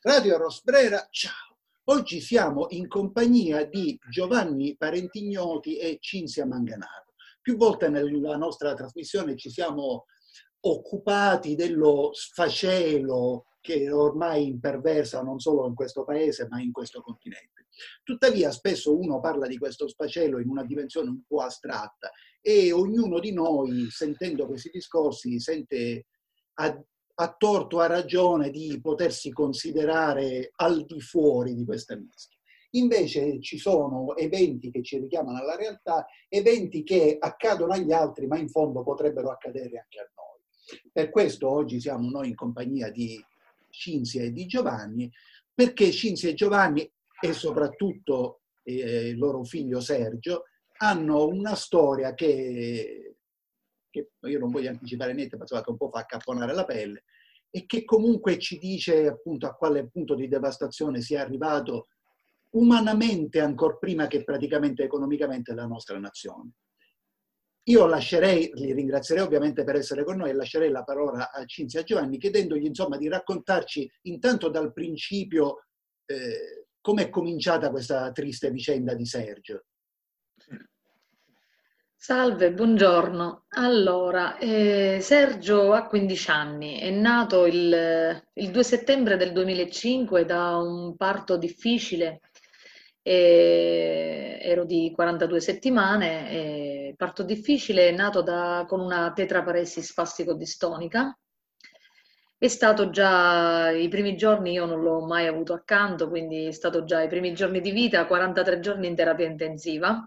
Radio Rosbrera, ciao! Oggi siamo in compagnia di Giovanni Parentignoti e Cinzia Manganato. Più volte nella nostra trasmissione ci siamo occupati dello sfacelo che ormai imperversa non solo in questo paese ma in questo continente. Tuttavia spesso uno parla di questo sfacelo in una dimensione un po' astratta e ognuno di noi, sentendo questi discorsi, sente a torto, a ragione di potersi considerare al di fuori di questa mischia. Invece ci sono eventi che ci richiamano alla realtà, eventi che accadono agli altri, ma in fondo potrebbero accadere anche a noi. Per questo oggi siamo noi in compagnia di Cinzia e di Giovanni, perché Cinzia e Giovanni e soprattutto il loro figlio Sergio hanno una storia che io non voglio anticipare niente, ma che un po' fa accapponare la pelle, e che comunque ci dice appunto a quale punto di devastazione sia arrivato umanamente ancor prima che praticamente economicamente la nostra nazione. Io li ringrazierei ovviamente per essere con noi e lascerei la parola a Cinzia e Giovanni chiedendogli insomma di raccontarci intanto dal principio come è cominciata questa triste vicenda di Sergio. Salve, buongiorno. Allora, Sergio ha 15 anni, è nato il 2 settembre del 2005 da un parto difficile, ero di 42 settimane, parto difficile, è nato con una tetraparesi spastico-distonica. È stato già i primi giorni, io non l'ho mai avuto accanto, quindi è stato già i primi giorni di vita, 43 giorni in terapia intensiva.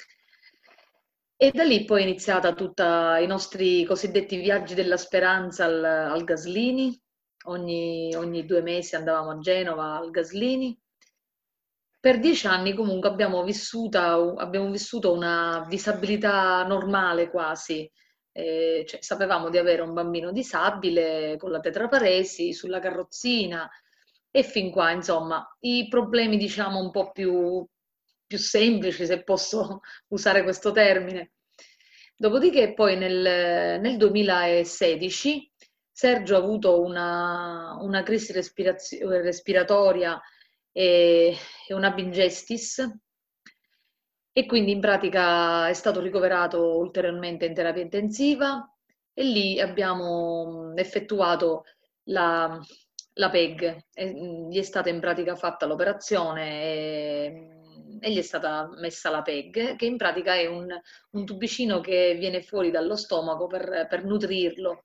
E da lì poi è iniziata tutta i nostri cosiddetti viaggi della speranza al Gaslini. Ogni 2 mesi andavamo a Genova al Gaslini. Per 10 anni comunque abbiamo vissuto una disabilità normale quasi. Cioè, sapevamo di avere un bambino disabile con la tetraparesi sulla carrozzina e fin qua, insomma, i problemi diciamo un po' più semplici, se posso usare questo termine. Dopodiché poi nel 2016 Sergio ha avuto una crisi respiratoria e una bingestis e quindi in pratica è stato ricoverato ulteriormente in terapia intensiva e lì abbiamo effettuato la, la PEG. Gli è stata in pratica fatta l'operazione e gli è stata messa la PEG, che in pratica è un tubicino che viene fuori dallo stomaco per nutrirlo.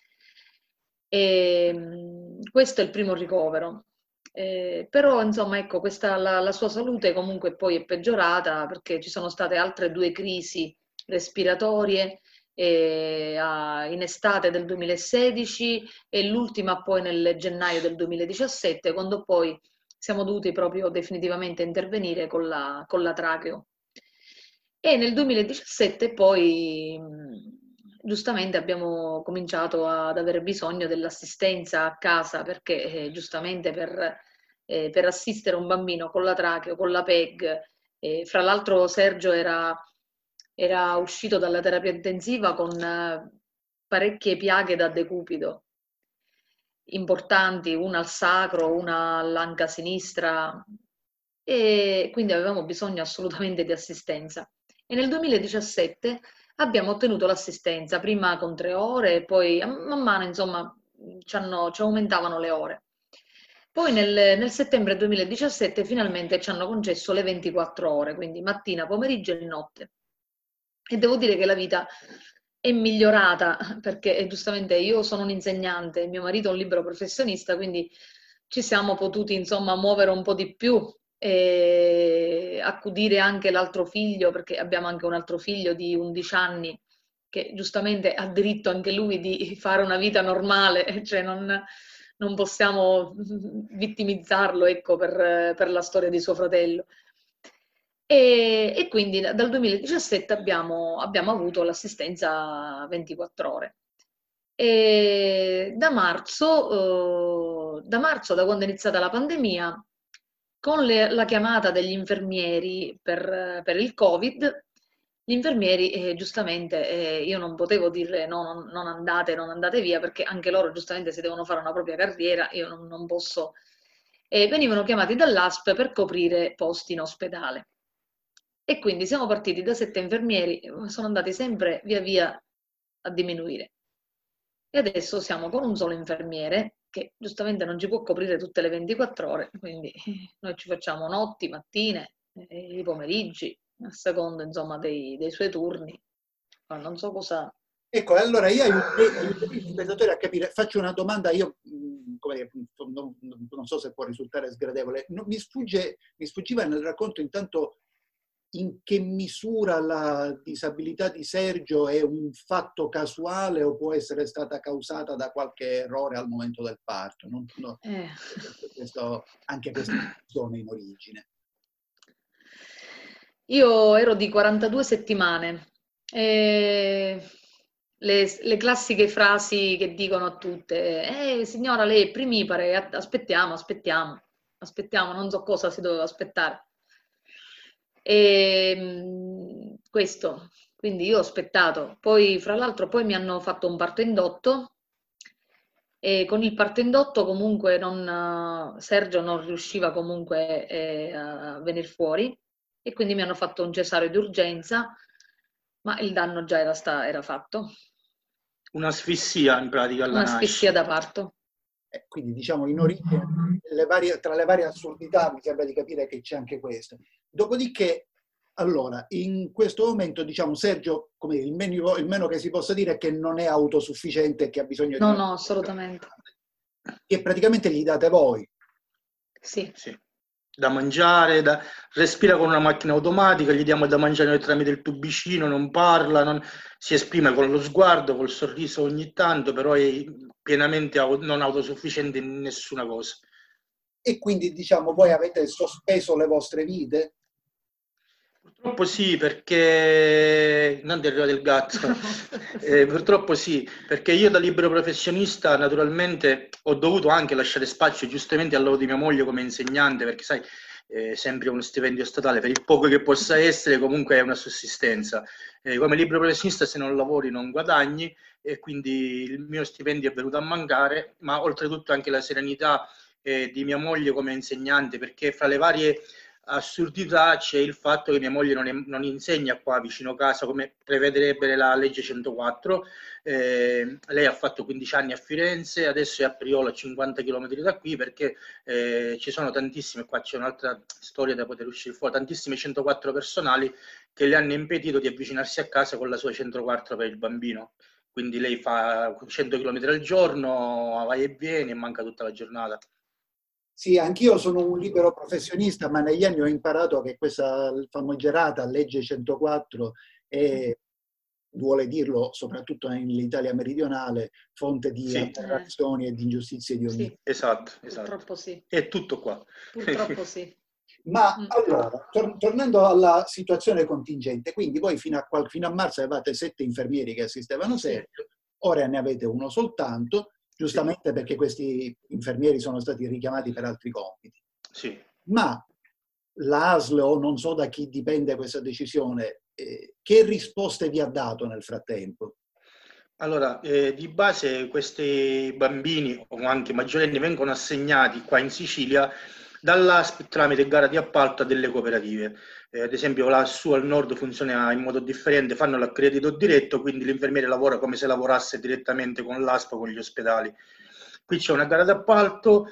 Questo è il primo ricovero. Però insomma ecco la sua salute comunque poi è peggiorata perché ci sono state altre due crisi respiratorie in estate del 2016 e l'ultima poi nel gennaio del 2017, quando poi siamo dovuti proprio definitivamente intervenire con la tracheo. E nel 2017 poi giustamente abbiamo cominciato ad avere bisogno dell'assistenza a casa perché giustamente per assistere un bambino con la tracheo, con la PEG, fra l'altro Sergio era uscito dalla terapia intensiva con parecchie piaghe da decubito importanti, una al sacro, una all'anca sinistra, e quindi avevamo bisogno assolutamente di assistenza. E nel 2017 abbiamo ottenuto l'assistenza, prima con 3 ore, e poi man mano, insomma, ci aumentavano le ore. Poi nel settembre 2017 finalmente ci hanno concesso le 24 ore, quindi mattina, pomeriggio e notte. E devo dire che la vita è migliorata perché giustamente io sono un insegnante, mio marito è un libero professionista, quindi ci siamo potuti insomma muovere un po' di più e accudire anche l'altro figlio, perché abbiamo anche un altro figlio di 11 anni che giustamente ha diritto anche lui di fare una vita normale, cioè non possiamo vittimizzarlo, ecco, per la storia di suo fratello. E quindi dal 2017 abbiamo avuto l'assistenza 24 ore. E da marzo, da quando è iniziata la pandemia, con la chiamata degli infermieri per il Covid, gli infermieri giustamente io non potevo dire no, non andate via, perché anche loro giustamente si devono fare una propria carriera, io non posso e venivano chiamati dall'ASP per coprire posti in ospedale. E quindi siamo partiti da 7 infermieri, sono andati sempre via via a diminuire. E adesso siamo con un solo infermiere che giustamente non ci può coprire tutte le 24 ore, quindi noi ci facciamo notti, mattine, i pomeriggi, a seconda insomma dei suoi turni. Ma non so cosa... Ecco, allora io aiuterei gli spettatori a capire, faccio una domanda, io come dire, non so se può risultare sgradevole, mi sfuggiva nel racconto intanto in che misura la disabilità di Sergio è un fatto casuale o può essere stata causata da qualche errore al momento del parto. Anche questa zona in origine. Io ero di 42 settimane. E le classiche frasi che dicono a tutte, signora, lei è primipare, aspettiamo, non so cosa si doveva aspettare. Questo, quindi io ho aspettato. Poi, fra l'altro, poi mi hanno fatto un parto indotto e con il parto indotto comunque Sergio non riusciva comunque a venire fuori e quindi mi hanno fatto un cesareo di urgenza, ma il danno già era fatto. Un'asfissia in pratica alla Un'asfissia nascita. da parto. Quindi diciamo in origine, tra le varie assurdità mi sembra di capire che c'è anche questo. Dopodiché, allora, in questo momento, diciamo, Sergio, come il meno che si possa dire è che non è autosufficiente e che ha bisogno di... No, assolutamente. Che praticamente gli date voi. Sì. Da mangiare, respira con una macchina automatica, gli diamo da mangiare tramite il tubicino, non parla, si esprime con lo sguardo, col sorriso ogni tanto, però è pienamente non autosufficiente in nessuna cosa. E quindi, diciamo, voi avete sospeso le vostre vite? Purtroppo sì, perché non ti arriva del gatto. Purtroppo sì, perché io da libero professionista naturalmente ho dovuto anche lasciare spazio giustamente al lavoro di mia moglie come insegnante, perché sai, sempre uno stipendio statale, per il poco che possa essere comunque è una sussistenza. Come libero professionista se non lavori non guadagni e quindi il mio stipendio è venuto a mancare, ma oltretutto anche la serenità di mia moglie come insegnante, perché fra le varie assurdità c'è il fatto che mia moglie non insegna qua vicino casa come prevederebbe la legge 104. Lei ha fatto 15 anni a Firenze, adesso è a Priolo a 50 km da qui perché ci sono tantissime, qua c'è un'altra storia da poter uscire fuori, tantissime 104 personali che le hanno impedito di avvicinarsi a casa con la sua 104 per il bambino. Quindi lei fa 100 km al giorno, vai e vieni e manca tutta la giornata. Sì, anch'io sono un libero professionista, ma negli anni ho imparato che questa famigerata legge 104 è, vuole dirlo soprattutto nell'Italia meridionale, fonte di aberrazioni e di ingiustizie di ogni tipo. Esatto. Purtroppo sì. È tutto qua. Purtroppo sì. Ma allora, tornando alla situazione contingente, quindi voi fino a marzo avevate 7 infermieri che assistevano Sergio, ora ne avete uno soltanto, giustamente perché questi infermieri sono stati richiamati per altri compiti. Sì. Ma l'ASL, o non so da chi dipende questa decisione, che risposte vi ha dato nel frattempo? Allora, di base questi bambini o anche maggiorenni vengono assegnati qua in Sicilia dall'ASP tramite gara di appalto a delle cooperative. Ad esempio lassù al nord funziona in modo differente, fanno l'accredito diretto, quindi l'infermiere lavora come se lavorasse direttamente con l'ASP o con gli ospedali. Qui c'è una gara d'appalto,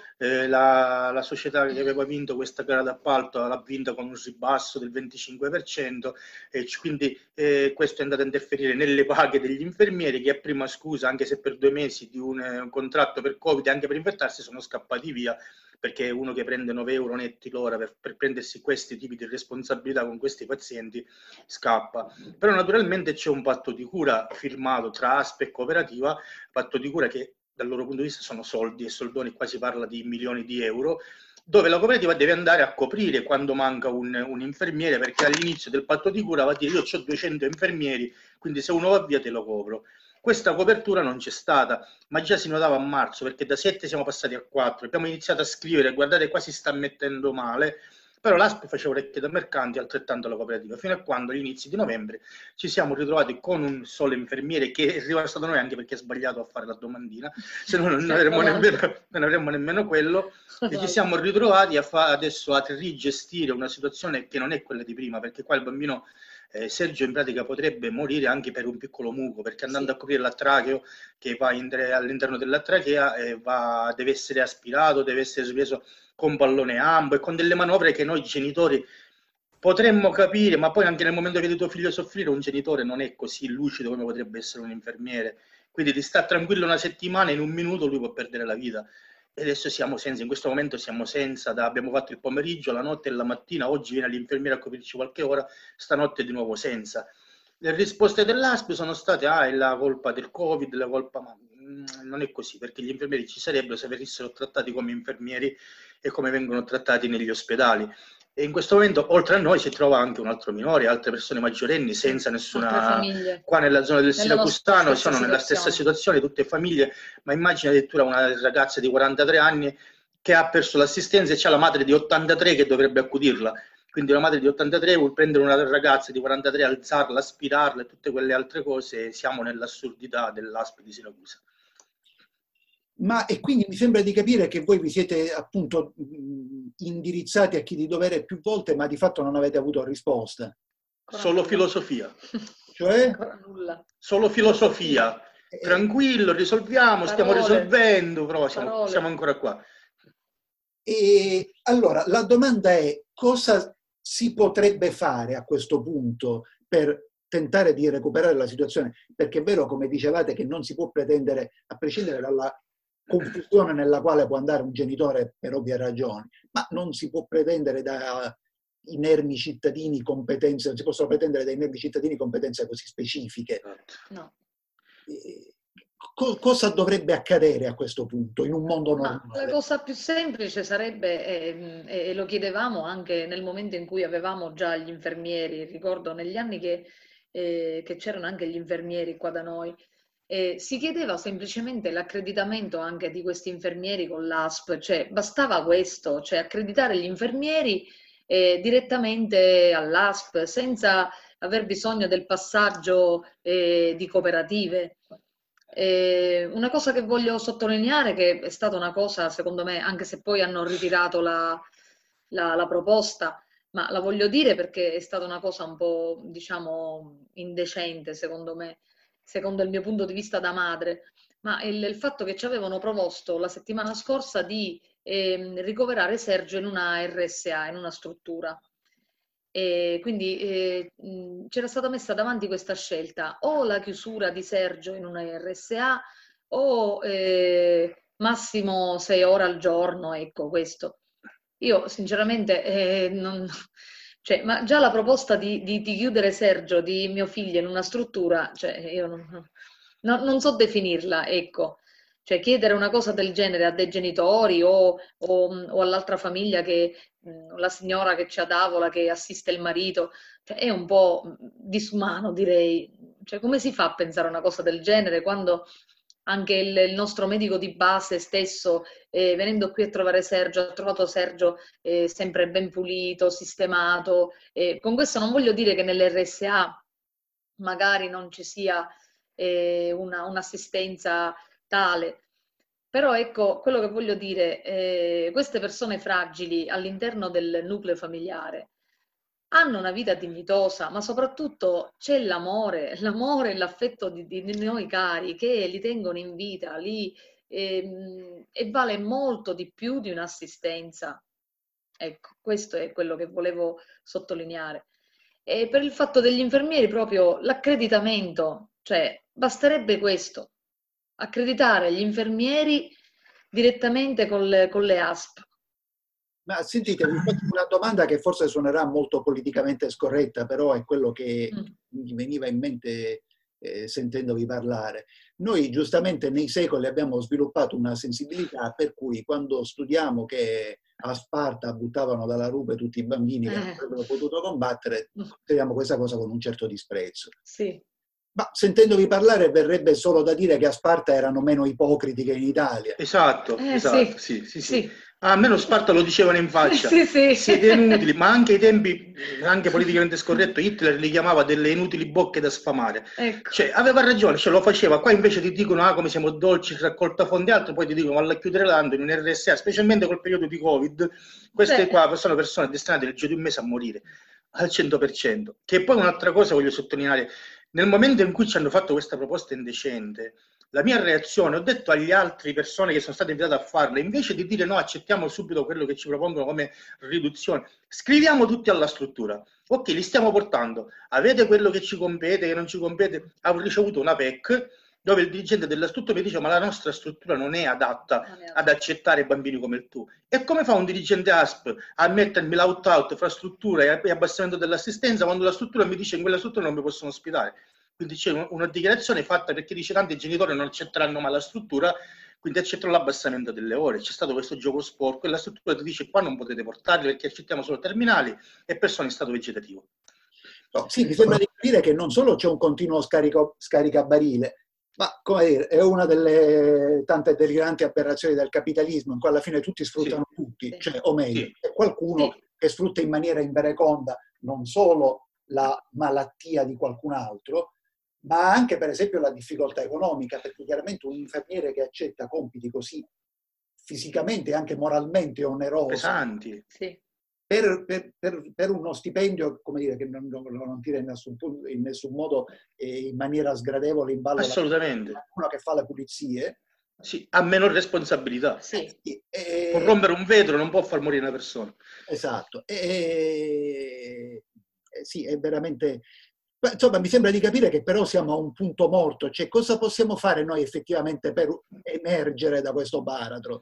la società che aveva vinto questa gara d'appalto l'ha vinta con un ribasso del 25%, quindi questo è andato a interferire nelle paghe degli infermieri che a prima scusa, anche se per 2 mesi di un contratto per Covid e anche per infettarsi, sono scappati via, perché uno che prende 9 euro netti l'ora per prendersi questi tipi di responsabilità con questi pazienti scappa. Però naturalmente c'è un patto di cura firmato tra ASP e cooperativa, patto di cura che dal loro punto di vista sono soldi e soldoni, qua si parla di milioni di euro, dove la cooperativa deve andare a coprire quando manca un infermiere, perché all'inizio del patto di cura va a dire io ho 200 infermieri, quindi se uno va via te lo copro. Questa copertura non c'è stata, ma già si notava a marzo, perché da 7 siamo passati a 4, abbiamo iniziato a scrivere, guardate qua si sta mettendo male, Però l'ASP faceva orecchie da mercanti, altrettanto la cooperativa, fino a quando agli inizi di novembre ci siamo ritrovati con un solo infermiere che è rimasto da noi anche perché ha sbagliato a fare la domandina, se no non avremmo nemmeno quello, e ci siamo ritrovati adesso a rigestire una situazione che non è quella di prima, perché qua il bambino Sergio in pratica potrebbe morire anche per un piccolo muco, perché andando a coprire la tracheo che va all'interno della trachea deve essere aspirato, deve essere preso con pallone ambo e con delle manovre che noi genitori potremmo capire, ma poi anche nel momento che vedi tuo figlio soffrire, un genitore non è così lucido come potrebbe essere un infermiere. Quindi ti sta tranquillo una settimana, in un minuto lui può perdere la vita. E adesso siamo senza, in questo momento siamo senza, abbiamo fatto il pomeriggio, la notte e la mattina, oggi viene l'infermiera a coprirci qualche ora, stanotte di nuovo senza. Le risposte dell'ASP sono state, è la colpa del Covid, la colpa... Ma non è così, perché gli infermieri ci sarebbero se venissero trattati come infermieri e come vengono trattati negli ospedali. E in questo momento, oltre a noi, si trova anche un altro minore, altre persone maggiorenni senza nessuna... Qua nella zona del Siracusano sono nella stessa situazione, tutte famiglie, ma immagina addirittura una ragazza di 43 anni che ha perso l'assistenza e c'ha la madre di 83 che dovrebbe accudirla. Quindi una madre di 83 vuol prendere una ragazza di 43, alzarla, aspirarla e tutte quelle altre cose. Siamo nell'assurdità dell'ASP di Siracusa. Ma e quindi mi sembra di capire che voi vi siete appunto indirizzati a chi di dovere più volte, ma di fatto non avete avuto risposta. Solo filosofia. Cioè? Ancora nulla. Solo filosofia. Tranquillo, risolviamo, stiamo risolvendo, però siamo ancora qua. E allora la domanda è: cosa si potrebbe fare a questo punto per tentare di recuperare la situazione? Perché è vero, come dicevate, che non si può pretendere, a prescindere dalla confusione nella quale può andare un genitore per ovvie ragioni, ma non si può pretendere dai inermi cittadini competenze, non si possono pretendere dai inermi cittadini competenze così specifiche. No. Cosa dovrebbe accadere a questo punto in un mondo normale? La cosa più semplice sarebbe, e lo chiedevamo anche nel momento in cui avevamo già gli infermieri, ricordo negli anni che c'erano anche gli infermieri qua da noi, si chiedeva semplicemente l'accreditamento anche di questi infermieri con l'ASP, cioè bastava questo, cioè accreditare gli infermieri direttamente all'ASP senza aver bisogno del passaggio di cooperative. Una cosa che voglio sottolineare, che è stata una cosa, secondo me, anche se poi hanno ritirato la proposta, ma la voglio dire perché è stata una cosa un po', diciamo, indecente, secondo me, secondo il mio punto di vista da madre, ma il fatto che ci avevano proposto la settimana scorsa di ricoverare Sergio in una RSA, in una struttura. Quindi c'era stata messa davanti questa scelta: o la chiusura di Sergio in una RSA o massimo 6 ore al giorno, ecco questo. Io sinceramente cioè, ma già la proposta di chiudere Sergio, di mio figlio, in una struttura, cioè io non so definirla, ecco. Cioè chiedere una cosa del genere a dei genitori o all'altra famiglia, la signora che c'è a tavola, che assiste il marito, cioè è un po' disumano, direi. Cioè, come si fa a pensare a una cosa del genere quando anche il nostro medico di base stesso, venendo qui a trovare Sergio, ha trovato Sergio sempre ben pulito, sistemato. Con questo non voglio dire che nell'RSA magari non ci sia un'assistenza tale, però ecco, quello che voglio dire, queste persone fragili all'interno del nucleo familiare hanno una vita dignitosa, ma soprattutto c'è l'amore e l'affetto di noi cari che li tengono in vita lì, e vale molto di più di un'assistenza. Ecco, questo è quello che volevo sottolineare. E per il fatto degli infermieri, proprio l'accreditamento, cioè basterebbe questo: accreditare gli infermieri direttamente con le ASP. Ma sentite, vi faccio una domanda che forse suonerà molto politicamente scorretta, però è quello che mi veniva in mente sentendovi parlare. Noi giustamente nei secoli abbiamo sviluppato una sensibilità per cui quando studiamo che a Sparta buttavano dalla rupe tutti i bambini che non avrebbero potuto combattere, consideriamo questa cosa con un certo disprezzo. Sì. Ma sentendovi parlare verrebbe solo da dire che a Sparta erano meno ipocriti che in Italia. Esatto, esatto, sì. A me lo Sparta lo dicevano in faccia, Sì, sì. siete inutili, ma anche ai tempi, anche politicamente scorretto, Hitler li chiamava delle inutili bocche da sfamare. Ecco. Cioè, aveva ragione, cioè, lo faceva. Qua invece ti dicono, come siamo dolci, raccolta fondi e altro, poi ti dicono, valla a chiudere l'ando in un RSA, specialmente col periodo di Covid. Queste qua sono persone destinate nel giro di un mese a morire, al 100%. Che poi un'altra cosa voglio sottolineare, nel momento in cui ci hanno fatto questa proposta indecente, la mia reazione, ho detto agli altri persone che sono state invitate a farla, invece di dire no, accettiamo subito quello che ci propongono come riduzione, scriviamo tutti alla struttura. Ok, li stiamo portando, avete quello che ci compete, che non ci compete. Avevo ricevuto una PEC dove il dirigente della struttura mi dice ma la nostra struttura non è adatta ad accettare bambini come il tuo. E come fa un dirigente ASP a mettermi l'out-out fra struttura e abbassamento dell'assistenza quando la struttura mi dice che in quella struttura non mi possono ospitare? Quindi c'è una dichiarazione fatta perché dice tanti genitori non accetteranno mai la struttura, quindi accettano l'abbassamento delle ore. C'è stato questo gioco sporco e la struttura ti dice qua non potete portarli perché accettiamo solo terminali e persone in stato vegetativo. No, sì, mi sembra di capire che non solo c'è un continuo scaricabarile, ma come dire, è una delle tante deliranti aberrazioni del capitalismo, in cui alla fine tutti sfruttano tutti, cioè, o meglio, c'è qualcuno che sfrutta in maniera invereconda non solo la malattia di qualcun altro, ma anche per esempio la difficoltà economica, perché chiaramente un infermiere che accetta compiti così fisicamente e anche moralmente onerosi, pesanti, per uno stipendio, come dire, che non tira in nessun modo in maniera sgradevole in ballo assolutamente uno che fa le pulizie. Sì, ha meno responsabilità. Sì. Può rompere un vetro, non può far morire una persona. Esatto. Sì, è veramente... Insomma, mi sembra di capire che però siamo a un punto morto. Cioè, cosa possiamo fare noi effettivamente per emergere da questo baratro?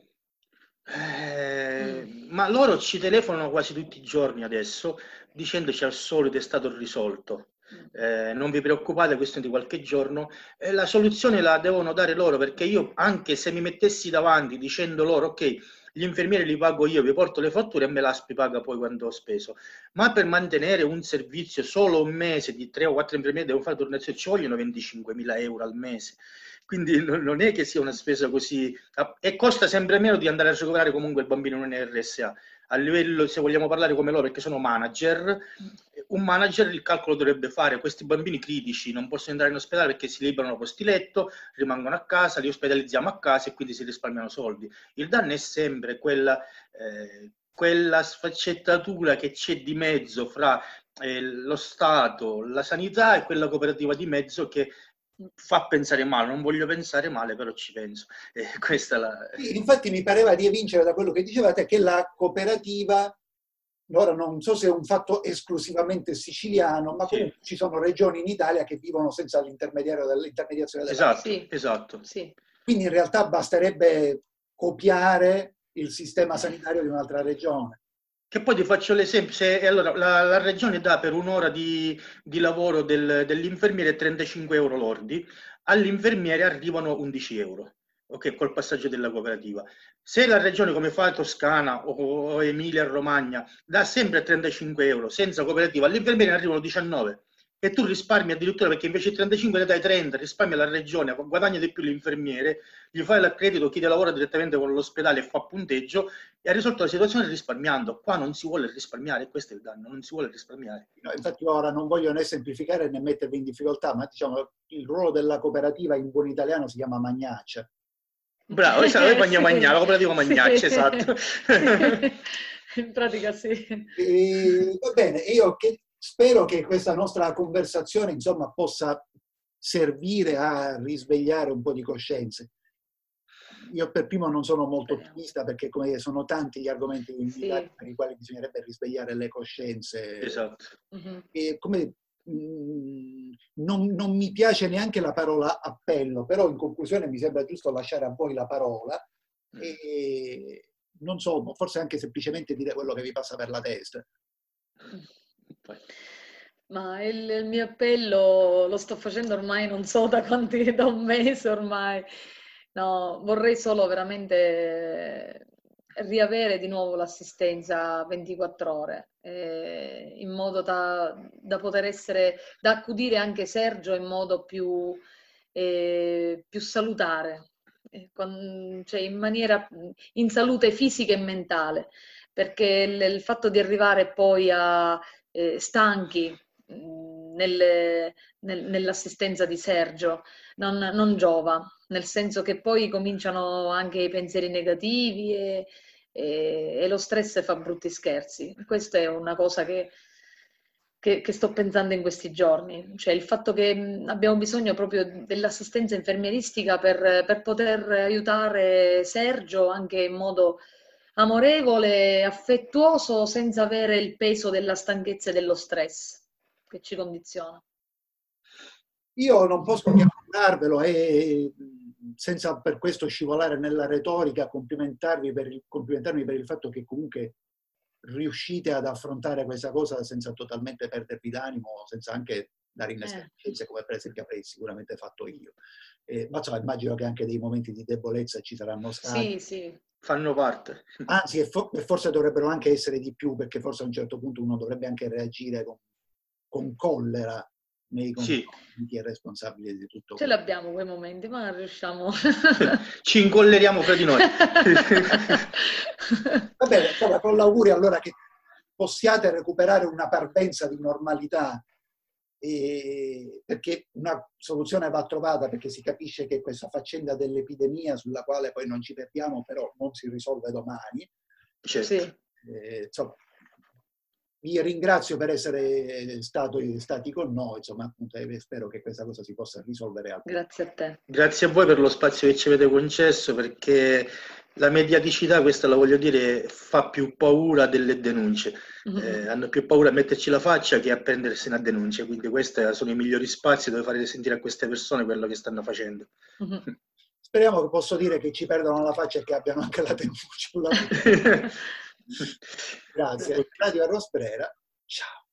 Ma loro ci telefonano quasi tutti i giorni adesso dicendoci al solito è stato risolto. Non vi preoccupate, è questione di qualche giorno. La soluzione la devono dare loro, perché io anche se mi mettessi davanti dicendo loro ok, gli infermieri li pago io, vi porto le fatture e me l'ASPI paga poi quando ho speso, ma per mantenere un servizio solo un mese di 3 o 4 infermieri devo fare turnazione, ci vogliono 25.000 euro al mese. Quindi non è che sia una spesa così, e costa sempre meno di andare a recuperare comunque il bambino in un RSA. A livello, se vogliamo parlare come loro, perché sono manager, un manager il calcolo dovrebbe fare, questi bambini critici non possono andare in ospedale perché si liberano posti letto, rimangono a casa, li ospedalizziamo a casa e quindi si risparmiano soldi. Il danno è sempre quella sfaccettatura che c'è di mezzo fra lo Stato, la sanità e quella cooperativa di mezzo che fa pensare male. Non voglio pensare male, però ci penso. Questa Sì, infatti mi pareva di evincere da quello che dicevate che la cooperativa, ora non so se è un fatto esclusivamente siciliano, ma comunque ci sono regioni in Italia che vivono senza l'intermediazione della esatto. Sì. Quindi in realtà basterebbe copiare il sistema sanitario di un'altra regione. Che poi ti faccio l'esempio, allora, la regione dà per un'ora di lavoro dell'infermiere 35 euro lordi, all'infermiere arrivano 11 euro, ok, col passaggio della cooperativa. Se la regione come fa Toscana o Emilia Romagna dà sempre 35 euro senza cooperativa, all'infermiere ne arrivano 19 e tu risparmi addirittura perché invece di 35 ne dai 30, risparmi alla regione, guadagna di più l'infermiere, gli fai l'accredito, chi lavora direttamente con l'ospedale e fa punteggio e ha risolto la situazione risparmiando. Qua non si vuole risparmiare, questo è il danno, non si vuole risparmiare. No, infatti ora non voglio né semplificare né mettervi in difficoltà, ma diciamo il ruolo della cooperativa in buon italiano si chiama magnaccia. Bravo, esatto, la cooperativa magnaccia, esatto. In pratica sì. Va bene, io spero che questa nostra conversazione insomma possa servire a risvegliare un po' di coscienze. Io per primo non sono molto ottimista perché come sono tanti gli argomenti per i quali bisognerebbe risvegliare le coscienze. Esatto. E come non mi piace neanche la parola appello, però in conclusione mi sembra giusto lasciare a voi la parola e non so, forse anche semplicemente dire quello che vi passa per la testa. Ma il mio appello lo sto facendo ormai non so da un mese ormai. No, vorrei solo veramente riavere di nuovo l'assistenza 24 ore, in modo da poter da accudire anche Sergio in modo più salutare. cioè in salute fisica e mentale, perché il fatto di arrivare poi a stanchi nell'assistenza di Sergio non giova, nel senso che poi cominciano anche i pensieri negativi e lo stress fa brutti scherzi. Questa è una cosa che sto pensando in questi giorni, cioè il fatto che abbiamo bisogno proprio dell'assistenza infermieristica per poter aiutare Sergio anche in modo amorevole, affettuoso, senza avere il peso della stanchezza e dello stress che ci condiziona. Io non posso che augurarvelo e senza per questo scivolare nella retorica, complimentarmi per il fatto che comunque riuscite ad affrontare questa cosa senza totalmente perdervi d'animo, senza anche dare inespertenze come per esempio avrei sicuramente fatto io. Ma insomma, immagino che anche dei momenti di debolezza ci saranno stati. Sì, sì. Fanno parte. Anzi, e forse dovrebbero anche essere di più, perché forse a un certo punto uno dovrebbe anche reagire con collera nei confronti di chi è responsabile di tutto questo. Ce l'abbiamo quei momenti, ma riusciamo... Ci incolleriamo fra di noi. Va bene, insomma, con l'augurio allora che possiate recuperare una parvenza di normalità, perché una soluzione va trovata, perché si capisce che questa faccenda dell'epidemia, sulla quale poi non ci perdiamo, però non si risolve domani. Certo. Sì. Insomma, vi ringrazio per essere stati con noi, insomma, appunto, e spero che questa cosa si possa risolvere. Grazie a te. Grazie a voi per lo spazio che ci avete concesso, perché la mediaticità, questa la voglio dire, fa più paura delle denunce. Hanno più paura a metterci la faccia che a prendersene a denunce, quindi questi sono i migliori spazi dove fare sentire a queste persone quello che stanno facendo. Speriamo che posso dire che ci perdano la faccia e che abbiano anche la denuncia. Grazie. Radio Arroz Pereira. Ciao.